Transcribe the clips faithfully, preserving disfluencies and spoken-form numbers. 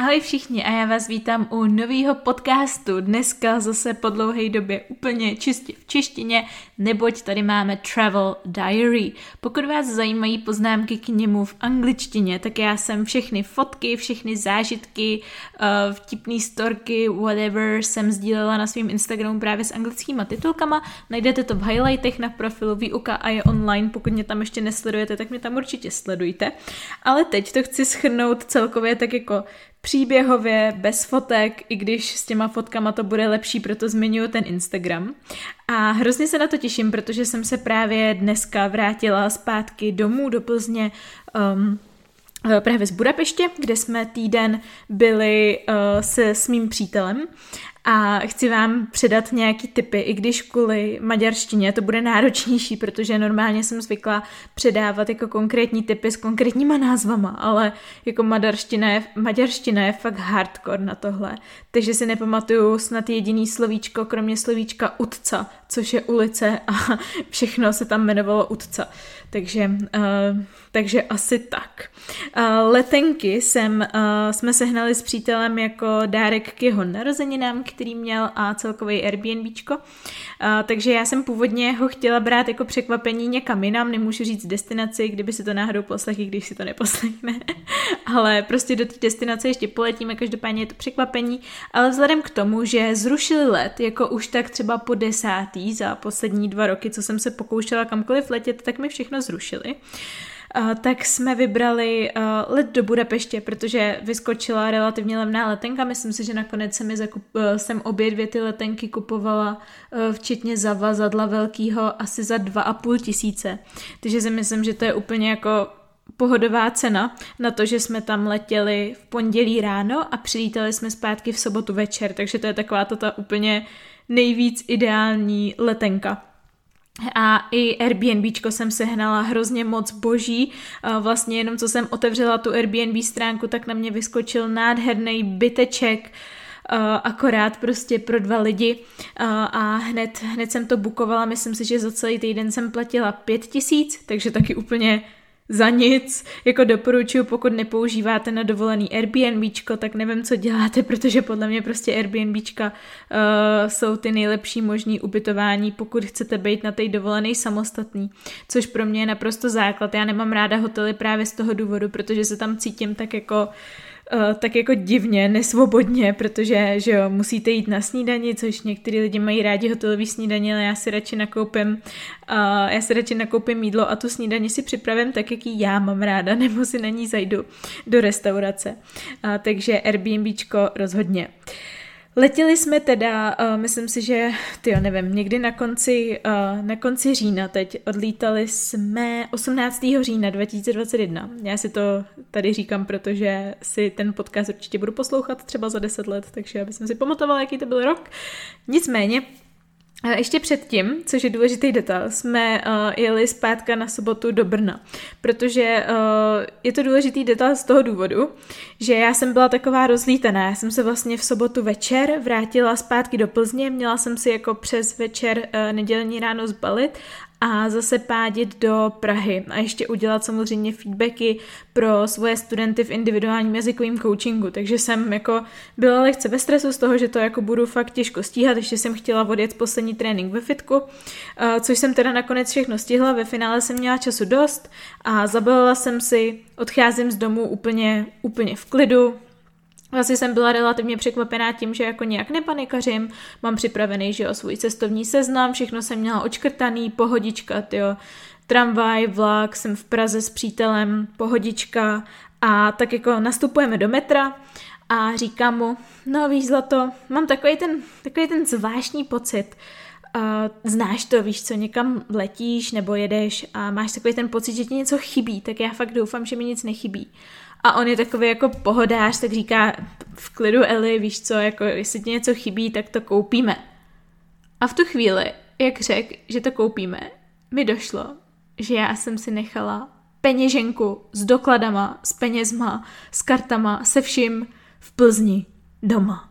Ahoj všichni a já vás vítám u nového podcastu. Dneska zase po dlouhé době úplně čistě v češtině, neboť tady máme Travel Diary. Pokud vás zajímají poznámky k němu v angličtině, tak já jsem všechny fotky, všechny zážitky, vtipný storky, whatever jsem sdílela na svém Instagramu právě s anglickýma titulkama. Najdete to v highlightech na profilu Výuka a je online, pokud mě tam ještě nesledujete, tak mě tam určitě sledujte. Ale teď to chci shrnout celkově tak jako příběhově, bez fotek, i když s těma fotkama to bude lepší, proto zmiňuji ten Instagram. A hrozně se na to těším, protože jsem se právě dneska vrátila zpátky domů do Plzně, um, právě z Budapeště, kde jsme týden byli uh, se s mým přítelem. A chci vám předat nějaký tipy, i když kvůli maďarštině to bude náročnější, protože normálně jsem zvykla předávat jako konkrétní tipy s konkrétníma názvama, ale jako maďarština je, maďarština je fakt hardcore na tohle. Takže si nepamatuju snad jediný slovíčko, kromě slovíčka Utca, což je ulice a všechno se tam jmenovalo Utca. Takže, uh, takže asi tak. Uh, letenky jsem, uh, jsme sehnali s přítelem jako dárek k jeho narozeninám, který měl, a celkový Airbnbčko. Uh, takže já jsem původně ho chtěla brát jako překvapení někam jinam, nemůžu říct destinaci, kdyby si to náhodou poslechli, když si to neposlechne. Ale prostě do té destinace ještě poletíme, každopádně je to překvapení. Ale vzhledem k tomu, že zrušili let, jako už tak třeba po desátý za poslední dva roky, co jsem se pokoušela kamkoliv letět, tak mi všechno zrušili. Uh, tak jsme vybrali uh, let do Budapeště, protože vyskočila relativně levná letenka. Myslím si, že nakonec jsem, zakup, uh, jsem obě dvě ty letenky kupovala uh, včetně zavazadla velkýho asi za dva a půl tisíce. Takže si myslím, že to je úplně jako pohodová cena na to, že jsme tam letěli v pondělí ráno a přilítali jsme zpátky v sobotu večer. Takže to je taková to ta úplně nejvíc ideální letenka. A i Airbnbčko jsem sehnala hrozně moc boží. Vlastně jenom co jsem otevřela tu Airbnb stránku, tak na mě vyskočil nádherný byteček, akorát prostě pro dva lidi a hned, hned jsem to bukovala. Myslím si, že za celý týden jsem platila pět tisíc, takže taky úplně za nic. Jako doporučuji, pokud nepoužíváte na dovolený Airbnbčko, tak nevím, co děláte, protože podle mě prostě Airbnbčka uh, jsou ty nejlepší možný ubytování, pokud chcete být na té dovolený samostatný, což pro mě je naprosto základ. Já nemám ráda hotely právě z toho důvodu, protože se tam cítím tak jako Uh, tak jako divně, nesvobodně, protože že jo, musíte jít na snídani, což některý lidi mají rádi hotelový snídaně, ale já si radši nakoupím uh, já si radši nakoupím jídlo a tu snídani si připravím tak, jak ji já mám ráda, nebo si na ní zajdu do restaurace. Uh, takže Airbnbčko rozhodně. Letěli jsme teda, uh, myslím si, že, tyjo, nevím, někdy na konci, uh, na konci října teď, odlítali jsme osmnáctého října dva tisíce dvacet jedna. Já si to tady říkám, protože si ten podcast určitě budu poslouchat třeba za deset let, takže aby jsem si pamatovala, jaký to byl rok. Nicméně, a ještě předtím, což je důležitý detail, jsme uh, jeli zpátka na sobotu do Brna, protože uh, je to důležitý detail z toho důvodu, že já jsem byla taková rozlítaná, já jsem se vlastně v sobotu večer vrátila zpátky do Plzně, měla jsem si jako přes večer uh, nedělní ráno zbalit a zase pádit do Prahy a ještě udělat samozřejmě feedbacky pro svoje studenty v individuálním jazykovém coachingu, takže jsem jako byla lehce ve stresu z toho, že to jako budu fakt těžko stíhat, ještě jsem chtěla odjet poslední trénink ve fitku, což jsem teda nakonec všechno stihla, ve finále jsem měla času dost a zabalila jsem si, odcházím z domu úplně, úplně v klidu. Vlastně jsem byla relativně překvapená tím, že jako nějak nepanikařím, mám připravený, že jo, svůj cestovní seznam, všechno jsem měla očkrtaný, pohodička, tyjo, tramvaj, vlak, jsem v Praze s přítelem, pohodička a tak jako nastupujeme do metra a říkám mu, no víš zlato, mám takový ten, takový ten zvláštní pocit, uh, znáš to, víš co, někam letíš nebo jedeš a máš takový ten pocit, že ti něco chybí, tak já fakt doufám, že mi nic nechybí. A on je takový jako pohodář, tak říká v klidu Eli, víš co, jako jestli ti něco chybí, tak to koupíme. A v tu chvíli, jak řekl, že to koupíme, mi došlo, že já jsem si nechala peněženku s dokladama, s penězma, s kartama, se vším v Plzni doma.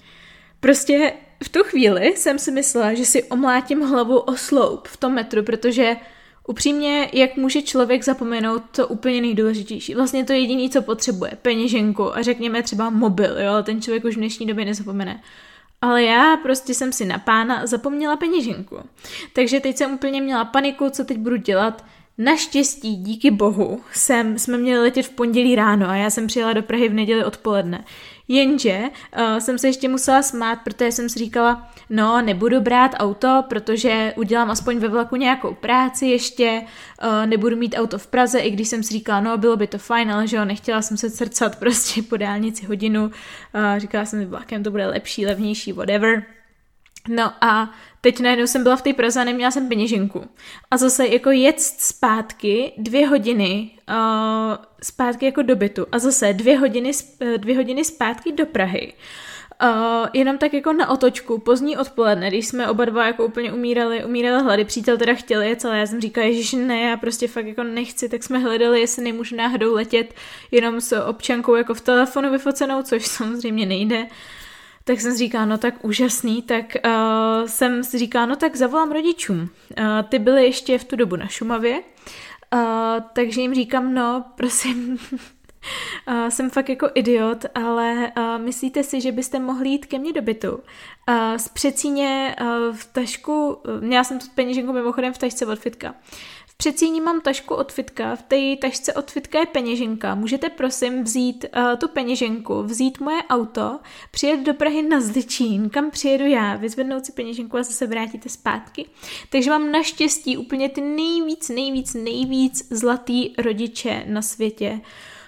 Prostě v tu chvíli jsem si myslela, že si omlátím hlavu o sloup v tom metru, protože Upřímně, jak může člověk zapomenout to úplně nejdůležitější? Vlastně to jediné, co potřebuje, peněženku a řekněme třeba mobil, jo, ale ten člověk už v dnešní době nezapomene. Ale já prostě jsem si na pána zapomněla peněženku. Takže teď jsem úplně měla paniku, co teď budu dělat. Naštěstí, díky bohu, jsem, jsme měli letět v pondělí ráno a já jsem přijela do Prahy v neděli odpoledne. Jenže uh, jsem se ještě musela smát, protože jsem si říkala, no nebudu brát auto, protože udělám aspoň ve vlaku nějakou práci ještě, uh, nebudu mít auto v Praze, i když jsem si říkala, no bylo by to fajn, ale že jo, nechtěla jsem se crcat prostě po dálnici hodinu, uh, říkala jsem, že vlakem to bude lepší, levnější, whatever. No a teď najednou jsem byla v té Praze a neměla jsem peněženku. A zase jako jet zpátky dvě hodiny uh, zpátky jako do bytu a zase dvě hodiny, dvě hodiny zpátky do Prahy. Uh, jenom tak jako na otočku, pozdní odpoledne, když jsme oba dva jako úplně umírali, umírali hlady, přítel teda chtěl jet, ale já jsem říkala, ježiš ne, já prostě fakt jako nechci, tak jsme hledali, jestli nemůžu náhodou letět jenom s občankou jako v telefonu vyfocenou, což samozřejmě nejde. Tak jsem si říkala, no tak úžasný, tak uh, jsem si říkala, no tak zavolám rodičům. Uh, ty byly ještě v tu dobu na Šumavě, uh, takže jim říkám, no prosím, uh, jsem fakt jako idiot, ale uh, myslíte si, že byste mohli jít ke mně do bytu? Uh, z Přecíně uh, v tašku, uh, měla jsem tu peněženku mimochodem v tašce od Fitka. V Přecíni mám tašku od Fitka, v té tašce od Fitka je peněženka. Můžete prosím vzít uh, tu peněženku, vzít moje auto, přijet do Prahy na Zličín, kam přijedu já, vyzvednout si peněženku a zase vrátíte zpátky. Takže mám naštěstí úplně ty nejvíc, nejvíc, nejvíc zlatý rodiče na světě,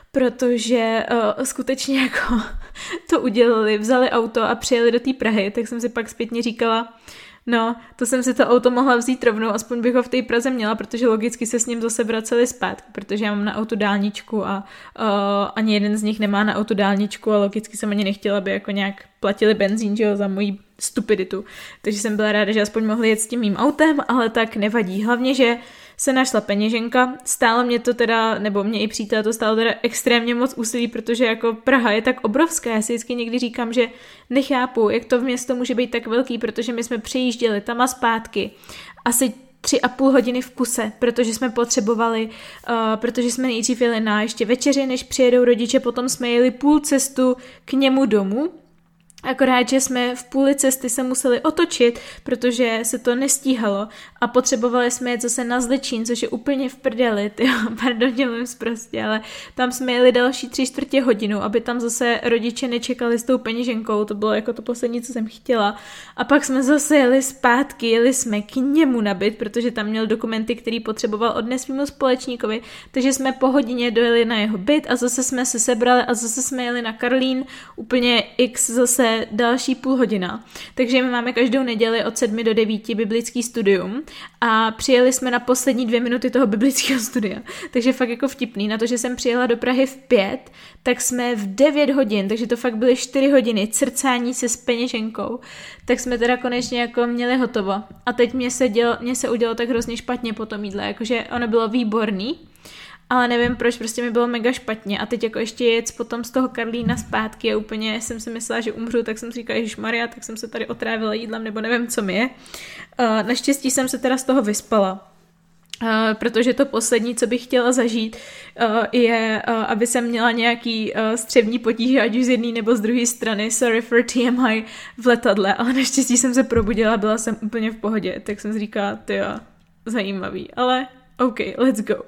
protože uh, skutečně jako to udělali, vzali auto a přijeli do té Prahy, tak jsem si pak zpětně říkala, no, to jsem si to auto mohla vzít rovnou, aspoň bych ho v té Praze měla, protože logicky se s ním zase vraceli zpátky, protože já mám na auto dálničku a uh, ani jeden z nich nemá na auto dálničku a logicky jsem ani nechtěla, aby jako nějak platili benzín, že jo, za moji stupiditu. Takže jsem byla ráda, že aspoň mohli jet s tím mým autem, ale tak nevadí. Hlavně, že se našla peněženka, stálo mě to teda, nebo mě i přítel to stálo teda extrémně moc úsilí, protože jako Praha je tak obrovská, já si vždycky někdy říkám, že nechápu, jak to město může být tak velký, protože my jsme přejížděli tam a zpátky asi tři a půl hodiny v kuse, protože jsme potřebovali, uh, protože jsme nejdřív jeli na ještě večeři, než přijedou rodiče, potom jsme jeli půl cestu k němu domů, akorát, že jsme v půli cesty se museli otočit, protože se to nestíhalo a potřebovali jsme jet zase na Zličín, což je úplně v prdeli, tyjo, pardon, dělím prostě, ale tam jsme jeli další tři čtvrtě hodinu, aby tam zase rodiče nečekali s tou peněženkou, to bylo jako to poslední, co jsem chtěla. A pak jsme zase jeli zpátky, jeli jsme k němu na byt, protože tam měl dokumenty, který potřeboval odnést svýmu společníkovi, takže jsme po hodině dojeli na jeho byt a zase jsme se sebrali a zase jsme jeli na Karlín, úplně x zase další půl hodina. Takže my máme každou neděli od sedmi do devíti biblický studium a přijeli jsme na poslední dvě minuty toho biblického studia. Takže fakt jako vtipný. Na to, že jsem přijela do Prahy v pět, tak jsme v devět hodin, takže to fakt byly čtyři hodiny crcání se s peněženkou. Tak jsme teda konečně jako měli hotovo. A teď mě se, dělo, mě se udělalo tak hrozně špatně po tom jídle, jakože ono bylo výborný, ale nevím proč, prostě mi bylo mega špatně a teď jako ještě jet potom z toho Karlína zpátky a úplně jsem si myslela, že umřu, tak jsem si říkala, ježišmarja, tak jsem se tady otrávila jídlem nebo nevím, co mi je. Uh, naštěstí jsem se teda z toho vyspala. Uh, protože to poslední, co bych chtěla zažít, uh, je, uh, aby jsem měla nějaký uh, střevní potíže, ať už z jedné nebo z druhé strany, sorry for T M I, v letadle, ale naštěstí jsem se probudila, byla jsem úplně v pohodě, tak jsem si říkala, tyjo, zajímavý, ale OK, let's go.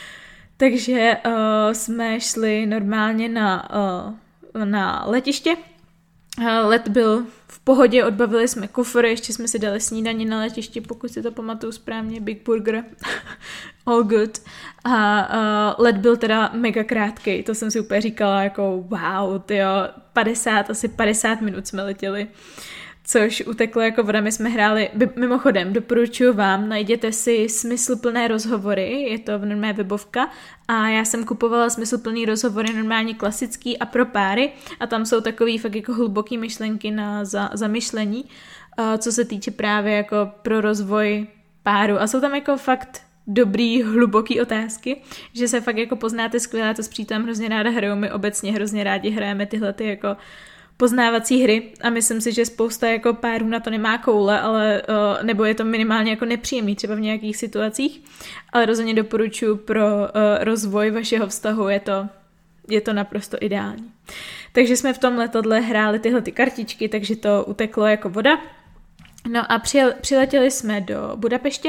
Takže uh, jsme šli normálně na, uh, na letiště. Uh, let byl v pohodě, odbavili jsme kufry, ještě jsme si dali snídaní na letišti, pokud si to pamatuju správně, Big Burger, all good. A uh, let byl teda mega krátkej, to jsem si úplně říkala jako wow, tyjo, padesát, asi padesát minut jsme letěli. Což uteklo jako voda, my jsme hráli, mimochodem, doporučuji vám, najděte si smysluplné rozhovory, je to v normální webovka a já jsem kupovala smysluplný rozhovory normálně klasický a pro páry a tam jsou takový fakt jako hluboký myšlenky na za, zamyšlení, uh, co se týče právě jako pro rozvoj páru a jsou tam jako fakt dobrý, hluboký otázky, že se fakt jako poznáte skvěle, to s přítelem hrozně ráda hrajou, my obecně hrozně rádi hrajeme tyhle ty jako poznávací hry a myslím si, že spousta jako párů na to nemá koule, ale, uh, nebo je to minimálně jako nepříjemný třeba v nějakých situacích, ale rozhodně doporučuji pro uh, rozvoj vašeho vztahu, je to, je to naprosto ideální. Takže jsme v tom letadle hráli tyhle ty kartičky, takže to uteklo jako voda. No a přijel, přiletěli jsme do Budapeště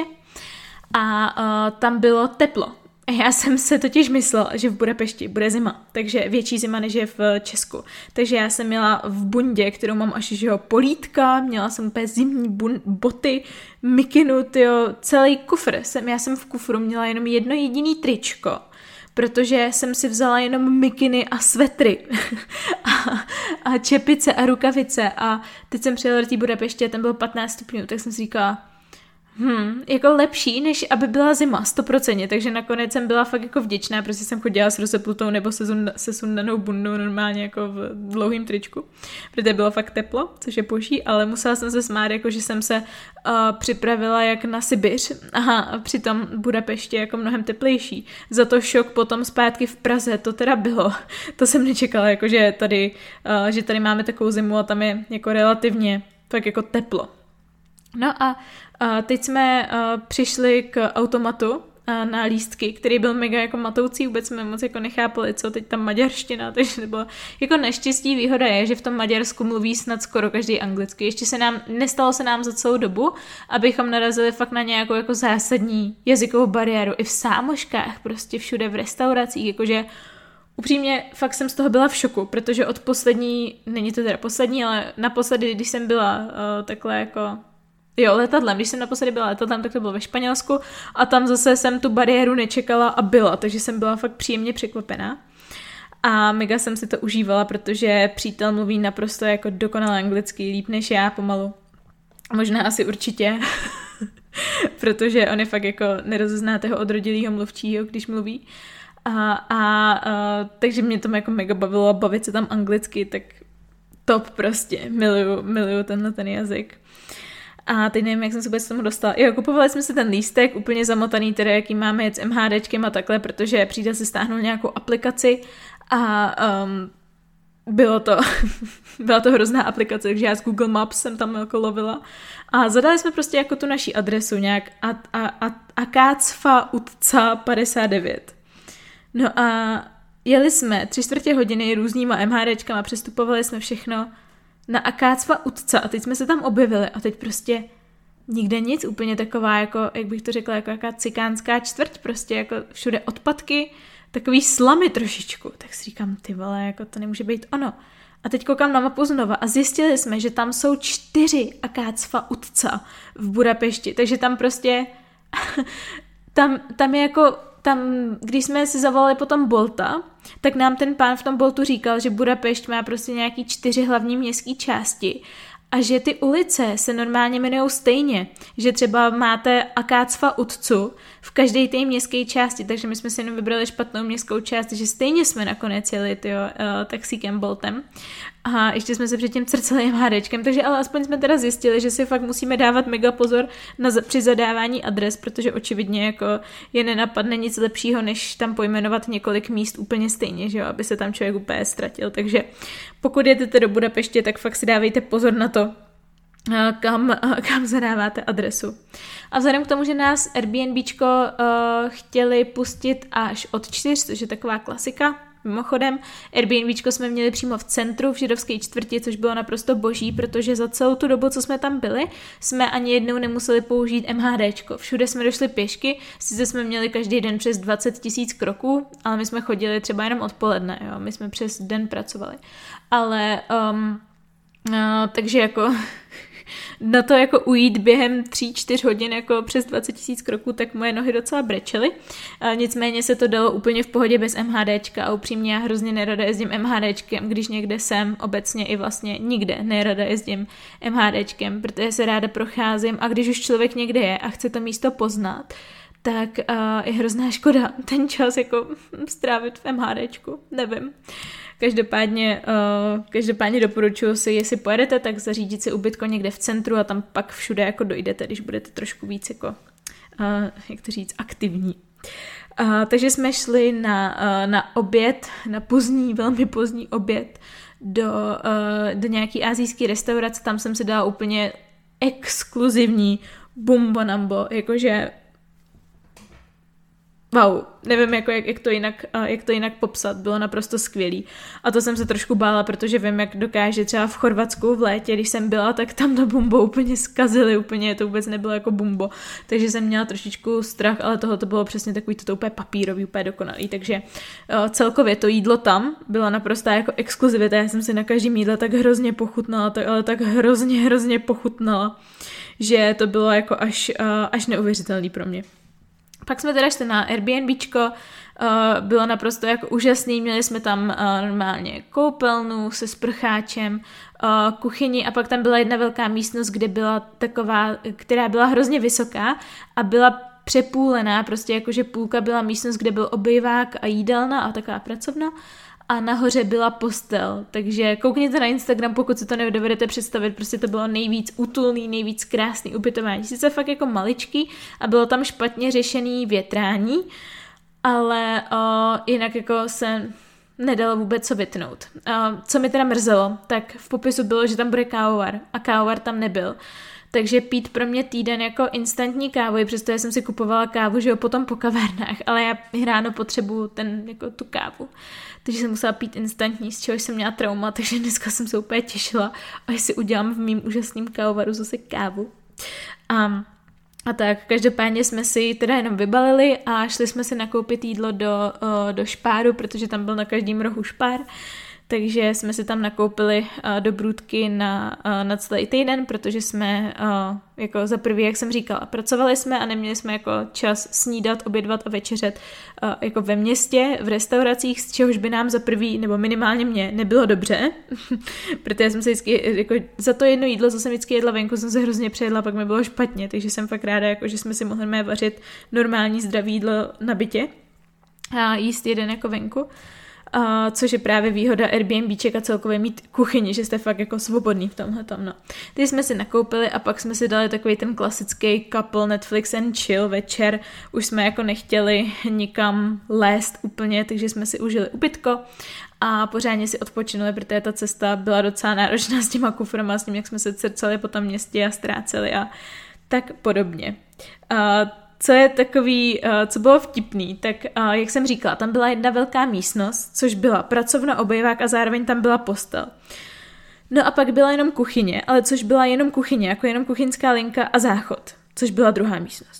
a uh, tam bylo teplo. Já jsem se totiž myslela, že v Budapešti bude zima, takže větší zima než je v Česku. Takže já jsem měla v bundě, kterou mám až že jo, polítka, měla jsem úplně zimní bun- boty, mikinu, tyjo, celý kufr. Jsem, já jsem v kufru měla jenom jedno jediný tričko, protože jsem si vzala jenom mikiny a svetry a, a čepice a rukavice a teď jsem přijela do té Budapeště a tam bylo patnáct stupňů, tak jsem si říkala, Hmm, jako lepší, než aby byla zima, sto procent, takže nakonec jsem byla fakt jako vděčná, protože jsem chodila s rozepnutou nebo se, zunda, se sundanou bundou normálně jako v dlouhým tričku, protože bylo fakt teplo, což je boží, ale musela jsem se smát, jako že jsem se uh, připravila jak na Sibiř a přitom Budapeště jako mnohem teplejší. Za to šok potom zpátky v Praze, to teda bylo, to jsem nečekala, jako že tady, uh, že tady máme takovou zimu a tam je jako relativně fakt jako teplo. No a uh, teď jsme uh, přišli k automatu uh, na lístky, který byl mega jako matoucí, vůbec jsme moc jako nechápali, co teď tam maďarština, takže to bylo jako neštěstí. Výhoda je, že v tom Maďarsku mluví snad skoro každý anglicky. Ještě se nám, nestalo se nám za celou dobu, abychom narazili fakt na nějakou jako zásadní jazykovou bariéru. I v sámoškách, prostě všude v restauracích, jakože upřímně fakt jsem z toho byla v šoku, protože od poslední, není to teda poslední, ale naposledy, když jsem byla uh, takhle jako Jo, letadlem. Když jsem naposledy byla letadlem, tak to bylo ve Španělsku a tam zase jsem tu bariéru nečekala a byla, takže jsem byla fakt příjemně překvapená. A mega jsem si to užívala, protože přítel mluví naprosto jako dokonale anglicky, líp než já pomalu. Možná asi určitě, protože on je fakt jako nerozeznáte ho od rodilýho mluvčího, když mluví. A, a, a takže mě to jako mega bavilo bavit se tam anglicky, tak top prostě, miluju, miluju tenhle ten jazyk. A teď nevím, jak jsem se vůbec k tomu dostala. Jo, kupovali jsme si ten lístek, úplně zamotaný, tedy jaký máme jet s MHDčkem a takhle, protože přítel si stáhnul nějakou aplikaci a um, bylo to, byla to hrozná aplikace, takže já z Google Maps jsem tam jako lovila a zadali jsme prostě jako tu naši adresu nějak a, a, a, Akácfa Utca padesát devět. No a jeli jsme tři čtvrtě hodiny různýma MHDčkama, přestupovali jsme všechno na Akácfa Utca a teď jsme se tam objevili a teď prostě nikde nic, úplně taková jako, jak bych to řekla, jako jaká cikánská čtvrť, prostě jako všude odpadky, takový slamy trošičku, tak si říkám, ty vole, jako to nemůže být ono. A teď koukám na mapu znova a zjistili jsme, že tam jsou čtyři Akácfa Utca v Budapešti, takže tam prostě, tam, tam je jako, tam, když jsme si zavolali potom Bolta, tak nám ten pán v tom Boltu říkal, že Budapešť má prostě nějaký čtyři hlavní městské části a že ty ulice se normálně jmenují stejně, že třeba máte Akácfa Utcu v každé té městské části, takže my jsme si jenom vybrali špatnou městskou část, že stejně jsme nakonec jeli tyjo, uh, taxíkem Boltem a ještě jsme se předtím crceli MHDčkem, takže ale aspoň jsme teda zjistili, že si fakt musíme dávat mega pozor na, při zadávání adres, protože očividně jako je nenapadne nic lepšího, než tam pojmenovat několik míst úplně stejně, že jo, aby se tam člověk úplně ztratil, takže pokud jedete do Budapeště, tak fakt si dávejte pozor na to, kam, kam zadáváte adresu. A vzhledem k tomu, že nás Airbnbčko uh, chtěli pustit až od čtyř, což je taková klasika, mimochodem, Airbnbčko jsme měli přímo v centru, v židovské čtvrti, což bylo naprosto boží, protože za celou tu dobu, co jsme tam byli, jsme ani jednou nemuseli použít MHDčko. Všude jsme došli pěšky, sice jsme měli každý den přes dvacet tisíc kroků, ale my jsme chodili třeba jenom odpoledne, jo? My jsme přes den pracovali. Ale, um, uh, takže jako... na to jako ujít během tři čtyři hodin jako přes dvacet tisíc kroků, tak moje nohy docela brečely. Nicméně se to dalo úplně v pohodě bez MHDčka a upřímně já hrozně nerada jezdím MHDčkem, když někde jsem, obecně i vlastně nikde nerada jezdím MHDčkem, protože se ráda procházím a když už člověk někde je a chce to místo poznat, tak uh, je hrozná škoda ten čas jako strávit v MHDčku, nevím. Každopádně, uh, každopádně doporučuji si, jestli pojedete, tak zařídit si ubytko někde v centru a tam pak všude jako dojdete, když budete trošku víc jako, uh, jak to říct, aktivní. Uh, takže jsme šli na, uh, na oběd, na pozdní, velmi pozdní oběd do, uh, do nějaký asijský restaurace, tam jsem si dala úplně exkluzivní bumbo nambo, jakože wow, nevím, jako jak, jak, to jinak, jak to jinak popsat, bylo naprosto skvělý. A to jsem se trošku bála, protože vím, jak dokáže třeba v Chorvatsku v létě, když jsem byla, tak tam to bumbo úplně zkazili, úplně to vůbec nebylo jako bumbo. Takže jsem měla trošičku strach, ale tohle to bylo přesně takový to úplně papírový, úplně dokonalý. Takže uh, celkově to jídlo tam bylo naprosto jako exkluzivita. Já jsem si na každém jídle tak hrozně pochutnala, tak, ale tak hrozně, hrozně pochutnala, že to bylo jako až, uh, až neuvěřitelný pro mě. Pak jsme teda šli na Airbnbčko, uh, bylo naprosto jako úžasný, měli jsme tam uh, normálně koupelnu se sprcháčem, uh, kuchyni a pak tam byla jedna velká místnost, kde byla taková, která byla hrozně vysoká a byla přepůlená, prostě jakože půlka byla místnost, kde byl obývák a jídelna a taková pracovna a nahoře byla postel, takže koukněte na Instagram, pokud si to nedovedete představit, prostě to bylo nejvíc útulný, nejvíc krásný ubytování, sice fakt jako maličký a bylo tam špatně řešený větrání, ale o, jinak jako se nedalo vůbec co vytnout. O, co mi teda mrzelo, tak v popisu bylo, že tam bude kávovar a kávovar tam nebyl. Takže pít pro mě týden jako instantní kávu, přestože jsem si kupovala kávu, že jo, potom po kavárnách, ale já ráno potřebuju ten, jako tu kávu. Takže jsem musela pít instantní, z čehož jsem měla trauma, takže dneska jsem se úplně těšila, až si udělám v mým úžasným kávovaru zase kávu. A, a tak, každopádně jsme si teda jenom vybalili a šli jsme si nakoupit jídlo do, do Špáru, protože tam byl na každém rohu Špár. Takže jsme si tam nakoupili uh, do Brůdky na, uh, na celý týden, protože jsme, uh, jako za prvý, jak jsem říkala, pracovali jsme a neměli jsme jako čas snídat, obědvat a večeřet uh, jako ve městě, v restauracích, z čehož by nám za prvý, nebo minimálně mě, nebylo dobře, protože jsem se vždycky, jako za to jedno jídlo, co jsem vždycky jedla venku, jsem se hrozně přejedla, pak mi bylo špatně, takže jsem fakt ráda, jako, že jsme si mohli vařit normální zdravý jídlo na bytě a jíst jeden jako venku. Uh, což je právě výhoda Airbnbček a celkově mít kuchyni, že jste fakt jako svobodný v tomhle tom, no. Ty jsme si nakoupili a pak jsme si dali takový ten klasický couple Netflix and chill večer, už jsme jako nechtěli nikam lézt úplně, takže jsme si užili ubytko a pořádně si odpočinuli, protože ta cesta byla docela náročná s těma kuframa, s tím, jak jsme se cercali po tom městě a ztráceli a tak podobně. Uh, Co je takový, co bylo vtipný, tak jak jsem říkala, tam byla jedna velká místnost, což byla pracovna, obývák a zároveň tam byla postel. No a pak byla jenom kuchyně, ale což byla jenom kuchyně, jako jenom kuchyňská linka a záchod, což byla druhá místnost.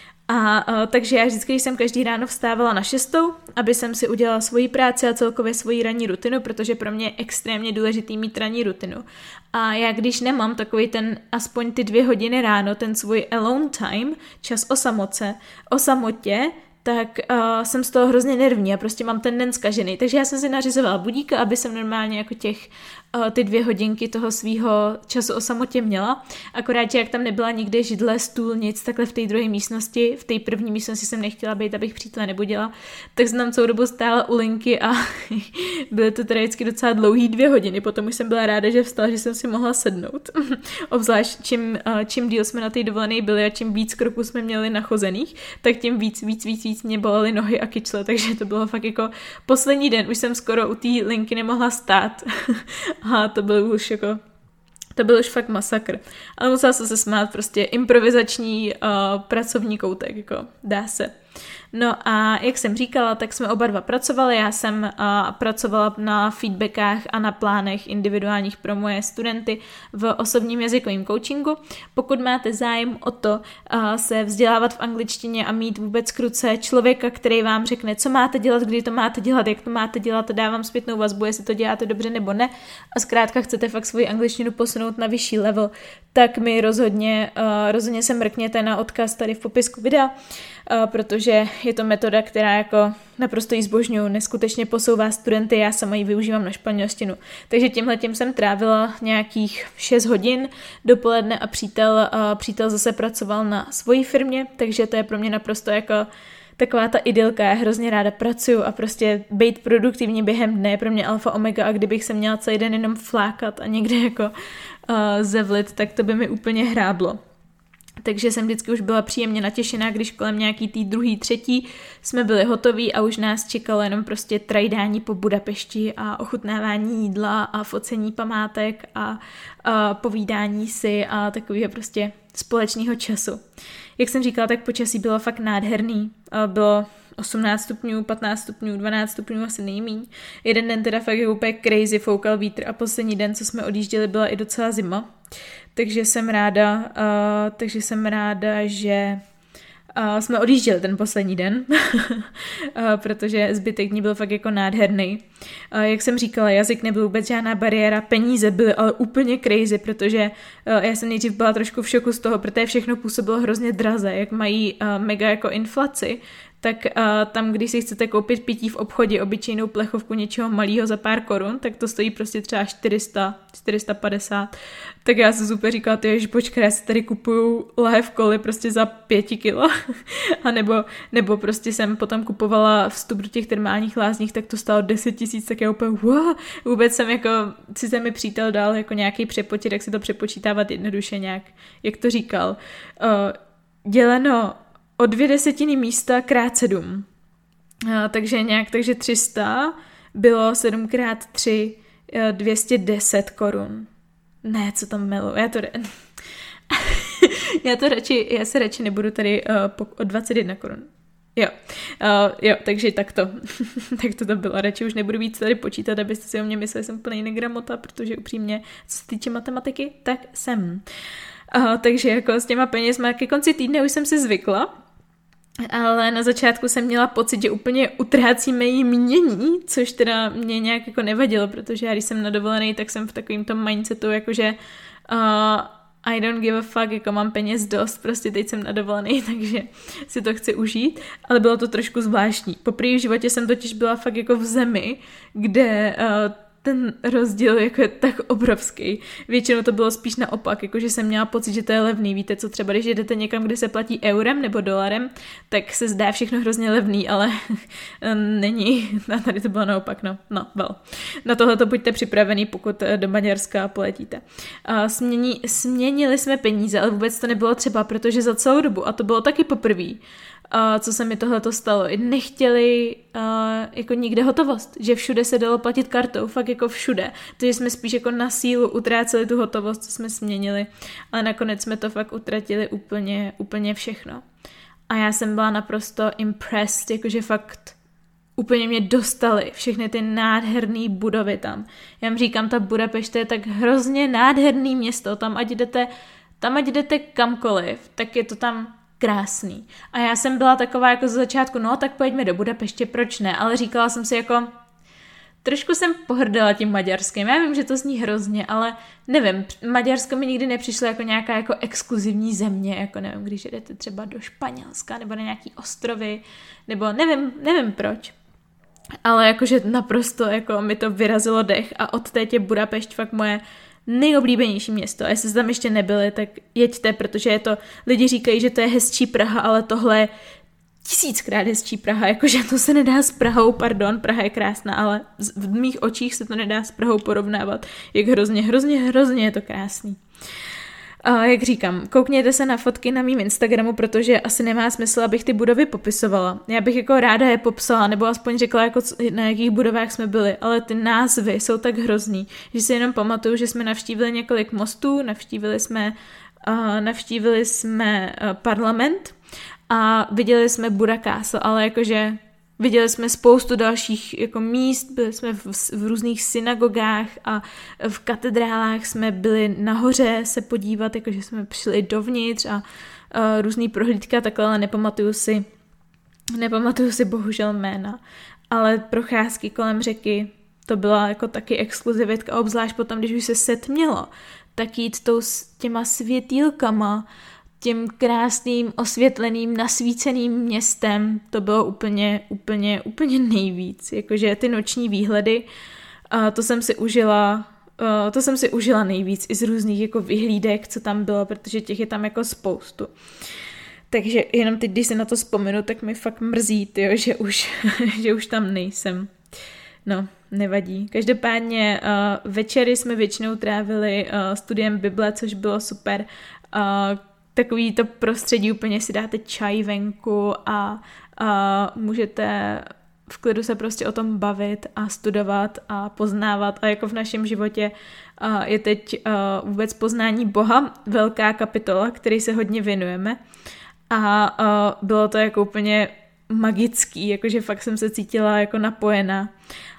A, a takže já vždycky, když jsem každý ráno vstávala na šestou, aby jsem si udělala svoji práci a celkově svoji ranní rutinu, protože pro mě je extrémně důležitý mít ranní rutinu. A já když nemám takový ten aspoň ty dvě hodiny ráno, ten svůj alone time, čas o samoce, o samotě, tak uh, jsem z toho hrozně nervní a prostě mám ten den zkažený. Takže já jsem si nařizovala budíka, aby jsem normálně jako těch uh, ty dvě hodinky toho svýho času o samotě měla. Akorát, že jak tam nebyla nikde židle, stůl, nic, takhle v té druhé místnosti, v té první místnosti jsem nechtěla být, abych přítele nebudila, tak jsem tam celou dobu stála u linky a byly to teda vždycky docela dlouhý dvě hodiny. Potom už jsem byla ráda, že vstala, že jsem si mohla sednout. Obzvlášť čím, uh, čím díl jsme na té dovolené byli a čím víc kroků jsme měli nachozených, tak tím víc, víc, víc, víc mě bolely nohy a kyčle, takže to bylo fakt jako poslední den, už jsem skoro u té linky nemohla stát a to byl už jako to byl už fakt masakr. Ale musela jsem se smát, prostě improvizační uh, pracovní koutek, jako dá se. No a jak jsem říkala, tak jsme oba dva pracovali, já jsem uh, pracovala na feedbackách a na plánech individuálních pro moje studenty v osobním jazykovém coachingu. Pokud máte zájem o to uh, se vzdělávat v angličtině a mít vůbec k ruce člověka, který vám řekne, co máte dělat, kdy to máte dělat, jak to máte dělat, a dá vám zpětnou vazbu, jestli to děláte dobře nebo ne, a zkrátka chcete fakt svoji angličtinu posunout na vyšší level, tak mi rozhodně, uh, rozhodně se mrkněte na odkaz tady v popisku videa, uh, protože je to metoda, která jako naprosto jí zbožňuju, neskutečně posouvá studenty, já sama ji využívám na španělštinu. Takže tímhletím jsem trávila nějakých šest hodin dopoledne a přítel, uh, přítel zase pracoval na svojí firmě, takže to je pro mě naprosto jako taková ta idylka, já hrozně ráda pracuju a prostě být produktivní během dne je pro mě alfa omega, a kdybych se měla celý den jenom flákat a někde jako uh, zevlit, tak to by mi úplně hráblo. Takže jsem vždycky už byla příjemně natěšená, když kolem nějaký tý druhý, třetí jsme byli hotoví a už nás čekalo jenom prostě trajdání po Budapešti a ochutnávání jídla a focení památek a, a povídání si a takového prostě společného času. Jak jsem říkala, tak počasí bylo fakt nádherný. Bylo osmnáct stupňů, patnáct stupňů, dvanáct stupňů asi nejmíň. Jeden den teda fakt je úplně crazy, foukal vítr a poslední den, co jsme odjížděli, byla i docela zima. Takže jsem ráda, uh, takže jsem ráda, že uh, jsme odjížděli ten poslední den, uh, protože zbytek dní byl fakt jako nádherný. Uh, jak jsem říkala, jazyk nebyl vůbec žádná bariéra, peníze byly ale úplně crazy, protože uh, já jsem nejdřív byla trošku v šoku z toho, protože všechno působilo hrozně draze, jak mají uh, mega jako inflaci, tak uh, tam, když si chcete koupit pití v obchodě, obyčejnou plechovku něčeho malého za pár korun, tak to stojí prostě třeba čtyři sta, čtyři sta padesát. Tak já jsem super říkala, ty, že počkej, já si tady kupuju lahev koly prostě za pěti kilo. A nebo, nebo prostě jsem potom kupovala vstup do těch termálních lázních, tak to stálo deset tisíc, tak já úplně wow, vůbec jsem jako, sice mi přítel dal jako nějaký přepočet, jak si to přepočítávat jednoduše nějak, jak to říkal. Uh, děleno o dvě desetiny místa krát sedm. A, takže nějak, takže tři sta bylo sedm krát tři, dvě stě deset korun. Ne, co tam milu, já to... já to radši, já se radši nebudu tady uh, po, o dvacet jedna korun. Jo, uh, jo, takže takto. tak to to bylo. Radši už nebudu víc tady počítat, abyste si o mě mysleli, jsem plný negramota, protože upřímně, co se týče matematiky, tak jsem. Uh, takže jako s těma penězma ke konci týdne už jsem si zvykla, ale na začátku jsem měla pocit, že úplně utrácíme jí mění, což teda mě nějak jako nevadilo, protože já když jsem na dovolený, tak jsem v takovým tom mindsetu, jakože uh, I don't give a fuck, jako mám peněz dost, prostě teď jsem na dovolený, takže si to chci užít, ale bylo to trošku zvláštní. Poprvé v životě jsem totiž byla fakt jako v zemi, kde uh, ten rozdíl jako je tak obrovský. Většinou to bylo spíš naopak, jakože jsem měla pocit, že to je levný. Víte co, třeba když jdete někam, kde se platí eurem nebo dolarem, tak se zdá všechno hrozně levný, ale není. A tady to bylo naopak, no. No, well. Na tohle to buďte připravený, pokud do Maďarska poletíte. A smění, směnili jsme peníze, ale vůbec to nebylo třeba, protože za celou dobu, a to bylo taky poprvé, Uh, co se mi tohleto stalo. Nechtěli uh, jako nikde hotovost, že všude se dalo platit kartou, fakt jako všude. Takže jsme spíš jako na sílu utráceli tu hotovost, co jsme směnili, ale nakonec jsme to fakt utratili úplně, úplně všechno. A já jsem byla naprosto impressed, jakože fakt úplně mě dostali všechny ty nádherné budovy tam. Já vám říkám, ta Budapešť je tak hrozně nádherný město, tam ať jdete, tam ať jdete kamkoliv, tak je to tam krásný. A já jsem byla taková jako z začátku, no tak pojďme do Budapeště, proč ne? Ale říkala jsem si jako, trošku jsem pohrdala tím Maďarskem. Já vím, že to zní hrozně, ale nevím, Maďarsko mi nikdy nepřišlo jako nějaká jako exkluzivní země, jako nevím, když jdete třeba do Španělska nebo na nějaký ostrovy, nebo nevím, nevím proč. Ale jakože naprosto jako mi to vyrazilo dech a od té je Budapešť fakt moje nejoblíbenější město. A jestli jste tam ještě nebyli, tak jeďte, protože je to, lidi říkají, že to je hezčí Praha, ale tohle je tisíckrát hezčí Praha, jakože to se nedá s Prahou, pardon, Praha je krásná, ale v mých očích se to nedá s Prahou porovnávat, jak hrozně, hrozně, hrozně je to krásný. A jak říkám, koukněte se na fotky na mým Instagramu, protože asi nemá smysl, abych ty budovy popisovala. Já bych jako ráda je popsala, nebo aspoň řekla, jako na jakých budovách jsme byli, ale ty názvy jsou tak hrozný, že si jenom pamatuju, že jsme navštívili několik mostů, navštívili jsme, uh, navštívili jsme uh, parlament a viděli jsme Buda Castle, ale jakože viděli jsme spoustu dalších jako míst, byli jsme v, v různých synagogách a v katedrálách jsme byli nahoře se podívat, jakože jsme přišli dovnitř a, a různý prohlídky a takhle, ale nepamatuju si, nepamatuju si bohužel jména, ale procházky kolem řeky, to byla jako taky exkluzivitka, obzvlášť potom, když už se setmělo, tak jít tou s těma světýlkama, tím krásným, osvětleným, nasvíceným městem, to bylo úplně, úplně, úplně nejvíc. Jakože ty noční výhledy, a to jsem si užila, to jsem si užila nejvíc i z různých jako vyhlídek, co tam bylo, protože těch je tam jako spoustu. Takže jenom teď, když se na to vzpomenu, tak mi fakt mrzí, tyjo, že, už, že už tam nejsem. No, nevadí. Každopádně uh, večery jsme většinou trávili uh, studiem Bible, což bylo super. Uh, takový to prostředí, úplně si dáte čaj venku a, a můžete v klidu se prostě o tom bavit a studovat a poznávat a jako v našem životě uh, je teď uh, vůbec poznání Boha velká kapitola, který se hodně věnujeme a uh, bylo to jako úplně magický, jakože fakt jsem se cítila jako napojená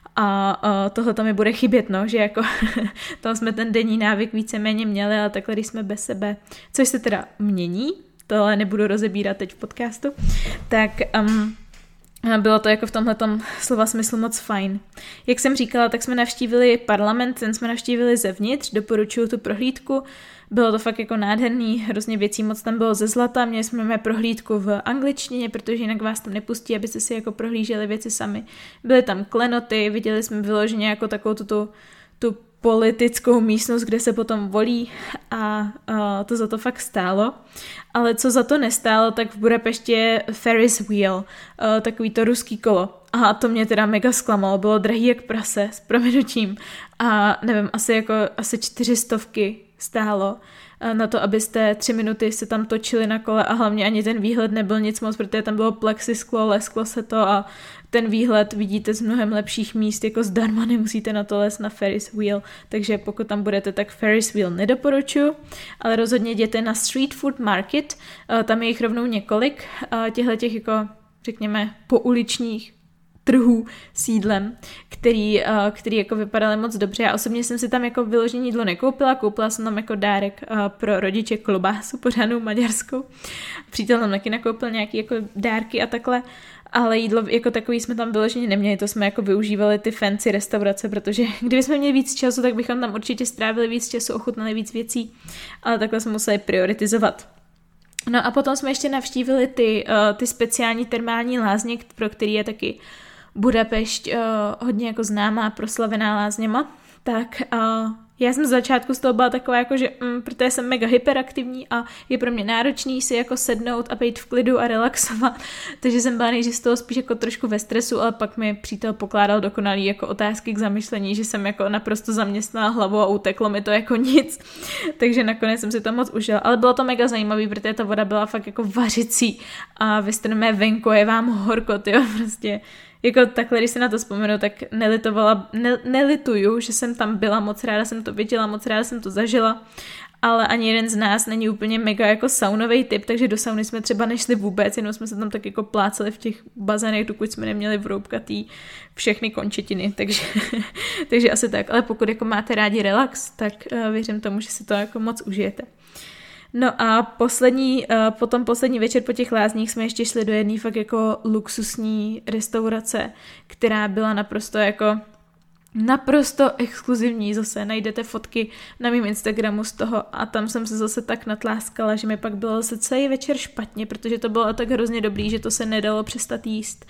a uh, tohle to mi bude chybět, no, že jako tam jsme ten denní návyk víceméně měli, ale takhle, když jsme bez sebe, což se teda mění, to ale nebudu rozebírat teď v podcastu, tak um, bylo to jako v tomhletom slova smyslu moc fajn. Jak jsem říkala, tak jsme navštívili parlament, ten jsme navštívili zevnitř, doporučuju tu prohlídku. Bylo to fakt jako nádherný, hrozně věcí moc tam bylo ze zlata, měli jsme mé prohlídku v angličtině, protože jinak vás tam nepustí, abyste si jako prohlíželi věci sami. Byly tam klenoty, viděli jsme vyloženě jako takovou tu, tu politickou místnost, kde se potom volí a uh, to za to fakt stálo. Ale co za to nestálo, tak v Budapešti je Ferris wheel, uh, takový to ruský kolo. A to mě teda mega zklamalo, bylo drahý jak prase, s prominutím. A nevím, asi jako asi čtyři stovky stálo uh, na to, abyste tři minuty se tam točili na kole a hlavně ani ten výhled nebyl nic moc, protože tam bylo plexisklo, lesklo se to a ten výhled vidíte z mnohem lepších míst, jako zdarma nemusíte na to lézt na Ferris wheel, takže pokud tam budete, tak Ferris wheel nedoporučuji, ale rozhodně jděte na Street Food Market, tam je jich rovnou několik, těchto těch jako řekněme pouličních trhů s jídlem, který, který jako vypadaly moc dobře. Já osobně jsem si tam jako vyloženě jídlo nekoupila, koupila jsem tam jako dárek pro rodiče klobásu pořádnou maďarskou. Přítel tam taky nakoupil nějaký jako dárky a takhle, ale jídlo jako takový jsme tam vyloženě neměli, to jsme jako využívali ty fancy restaurace, protože kdybychom měli víc času, tak bychom tam určitě strávili víc času, ochutnali víc věcí, ale takhle jsme museli prioritizovat. No a potom jsme ještě navštívili ty, uh, ty speciální termální lázně, pro který je taky Budapešť uh, hodně jako známá, proslavená lázněma, tak uh, já jsem z začátku z toho byla taková jako, že mm, protože jsem mega hyperaktivní a je pro mě náročný si jako sednout a být v klidu a relaxovat, takže jsem byla nejdřív z toho spíš jako trošku ve stresu, ale pak mi přítel pokládal dokonalý jako otázky k zamyšlení, že jsem jako naprosto zaměstnala hlavu a uteklo mi to jako nic, takže nakonec jsem si to moc užila, ale bylo to mega zajímavý, protože ta voda byla fakt jako vařicí a vy jste mé venku, je vám horko, tyjo, prostě. Jako takhle, když se na to vzpomenu, tak nelitovala, ne, nelituju, že jsem tam byla, moc ráda jsem to viděla, moc ráda jsem to zažila, ale ani jeden z nás není úplně mega jako saunový typ, takže do sauny jsme třeba nešli vůbec, jenom jsme se tam tak jako pláceli v těch bazénech, dokud jsme neměli vroubkatý všechny končetiny, takže, takže asi tak, ale pokud jako máte rádi relax, tak uh, věřím tomu, že si to jako moc užijete. No a poslední, potom poslední večer po těch lázních jsme ještě šli do jedné fakt jako luxusní restaurace, která byla naprosto jako naprosto exkluzivní, zase najdete fotky na mém Instagramu z toho a tam jsem se zase tak natláskala, že mi pak bylo zase celý večer špatně, protože to bylo tak hrozně dobrý, že to se nedalo přestat jíst.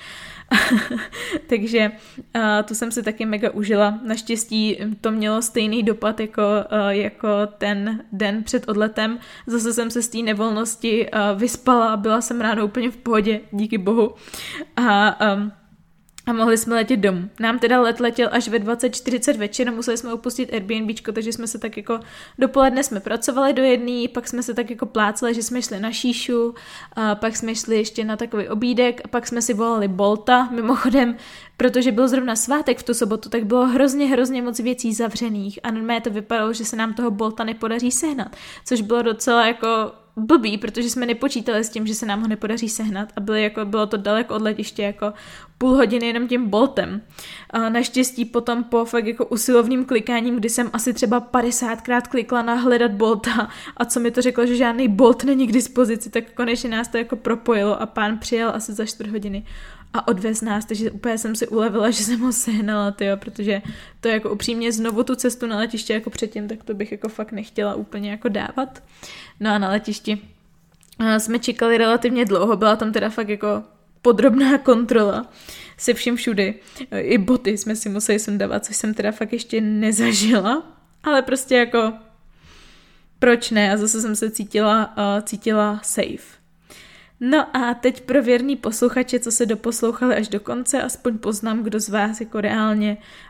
Takže uh, to jsem si taky mega užila. Naštěstí to mělo stejný dopad jako, uh, jako ten den před odletem. Zase jsem se z té nevolnosti uh, vyspala, byla jsem ráno úplně v pohodě, díky bohu. A um, A mohli jsme letět domů. Nám teda let letěl až ve dvacet čtyřicet večer, museli jsme opustit Airbnbčko, takže jsme se tak jako dopoledne jsme pracovali do jedné, pak jsme se tak jako pláceli, že jsme šli na šíšu, a pak jsme šli ještě na takový obídek a pak jsme si volali Bolta, mimochodem, protože byl zrovna svátek v tu sobotu, tak bylo hrozně, hrozně moc věcí zavřených a normálně to vypadalo, že se nám toho Bolta nepodaří sehnat, což bylo docela jako blbý, protože jsme nepočítali s tím, že se nám ho nepodaří sehnat a byli jako, bylo to daleko od letiště, jako půl hodiny jenom tím Boltem. A naštěstí potom po fakt jako usilovným klikáním, kdy jsem asi třeba padesátkrát klikla na hledat Bolta a co mi to řeklo, že žádný Bolt není k dispozici, tak konečně nás to jako propojilo a pán přijel asi za čtvrt hodiny a odvez nás, takže úplně jsem si ulevila, že jsem ho sehnala, tyjo, protože to jako upřímně znovu tu cestu na letiště jako předtím, tak to bych jako fakt nechtěla úplně jako dávat. No a na letišti jsme čekali relativně dlouho, byla tam teda fakt jako podrobná kontrola se vším všudy. I boty jsme si museli sundávat, což jsem teda fakt ještě nezažila, ale prostě jako proč ne? A zase jsem se cítila, uh, cítila safe. No a teď pro věrný posluchače, co se doposlouchali až do konce, aspoň poznám, kdo z vás jako reálně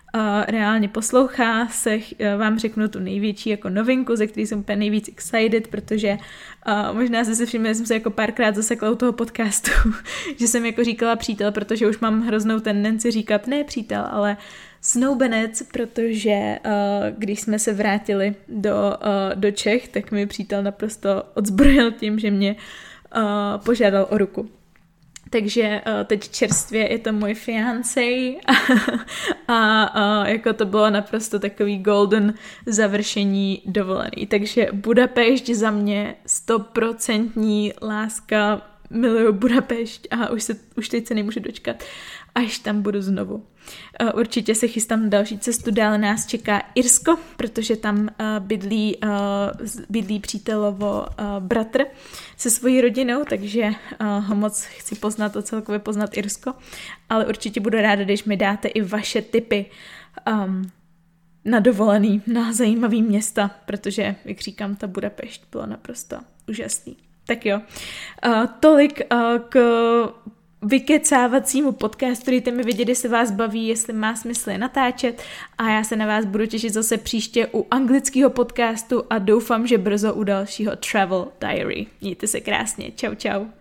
reálně poslouchá, se vám řeknu tu největší jako novinku, ze který jsem úplně nejvíc excited, protože uh, možná jste si všimli, že jsem se jako párkrát zasekla u toho podcastu, že jsem jako říkala přítel, protože už mám hroznou tendenci říkat ne přítel, ale snoubenec, protože uh, když jsme se vrátili do, uh, do Čech, tak mi přítel naprosto odzbrojil tím, že mě uh, požádal o ruku. Takže uh, teď čerstvě je to můj fiancé a, a uh, jako to bylo naprosto takový golden završení dovolený. Takže Budapešť za mě stoprocentní láska, miluju Budapešť a už, se, už teď se nemůžu dočkat, až tam budu znovu. Uh, určitě se chystám na další cestu, dále nás čeká Irsko, protože tam uh, bydlí, uh, bydlí přítelovo uh, bratr se svojí rodinou, takže uh, ho moc chci poznat a celkově poznat Irsko, ale určitě budu ráda, když mi dáte i vaše tipy um, na dovolený, na zajímavý města, protože, jak říkám, ta Budapešť byla naprosto úžasný. Tak jo, uh, tolik uh, k vykecávacímu podcastu, dejte mi vědět, jestli vás baví, jestli má smysl je natáčet a já se na vás budu těšit zase příště u anglického podcastu a doufám, že brzo u dalšího Travel Diary. Mějte se krásně, čau čau.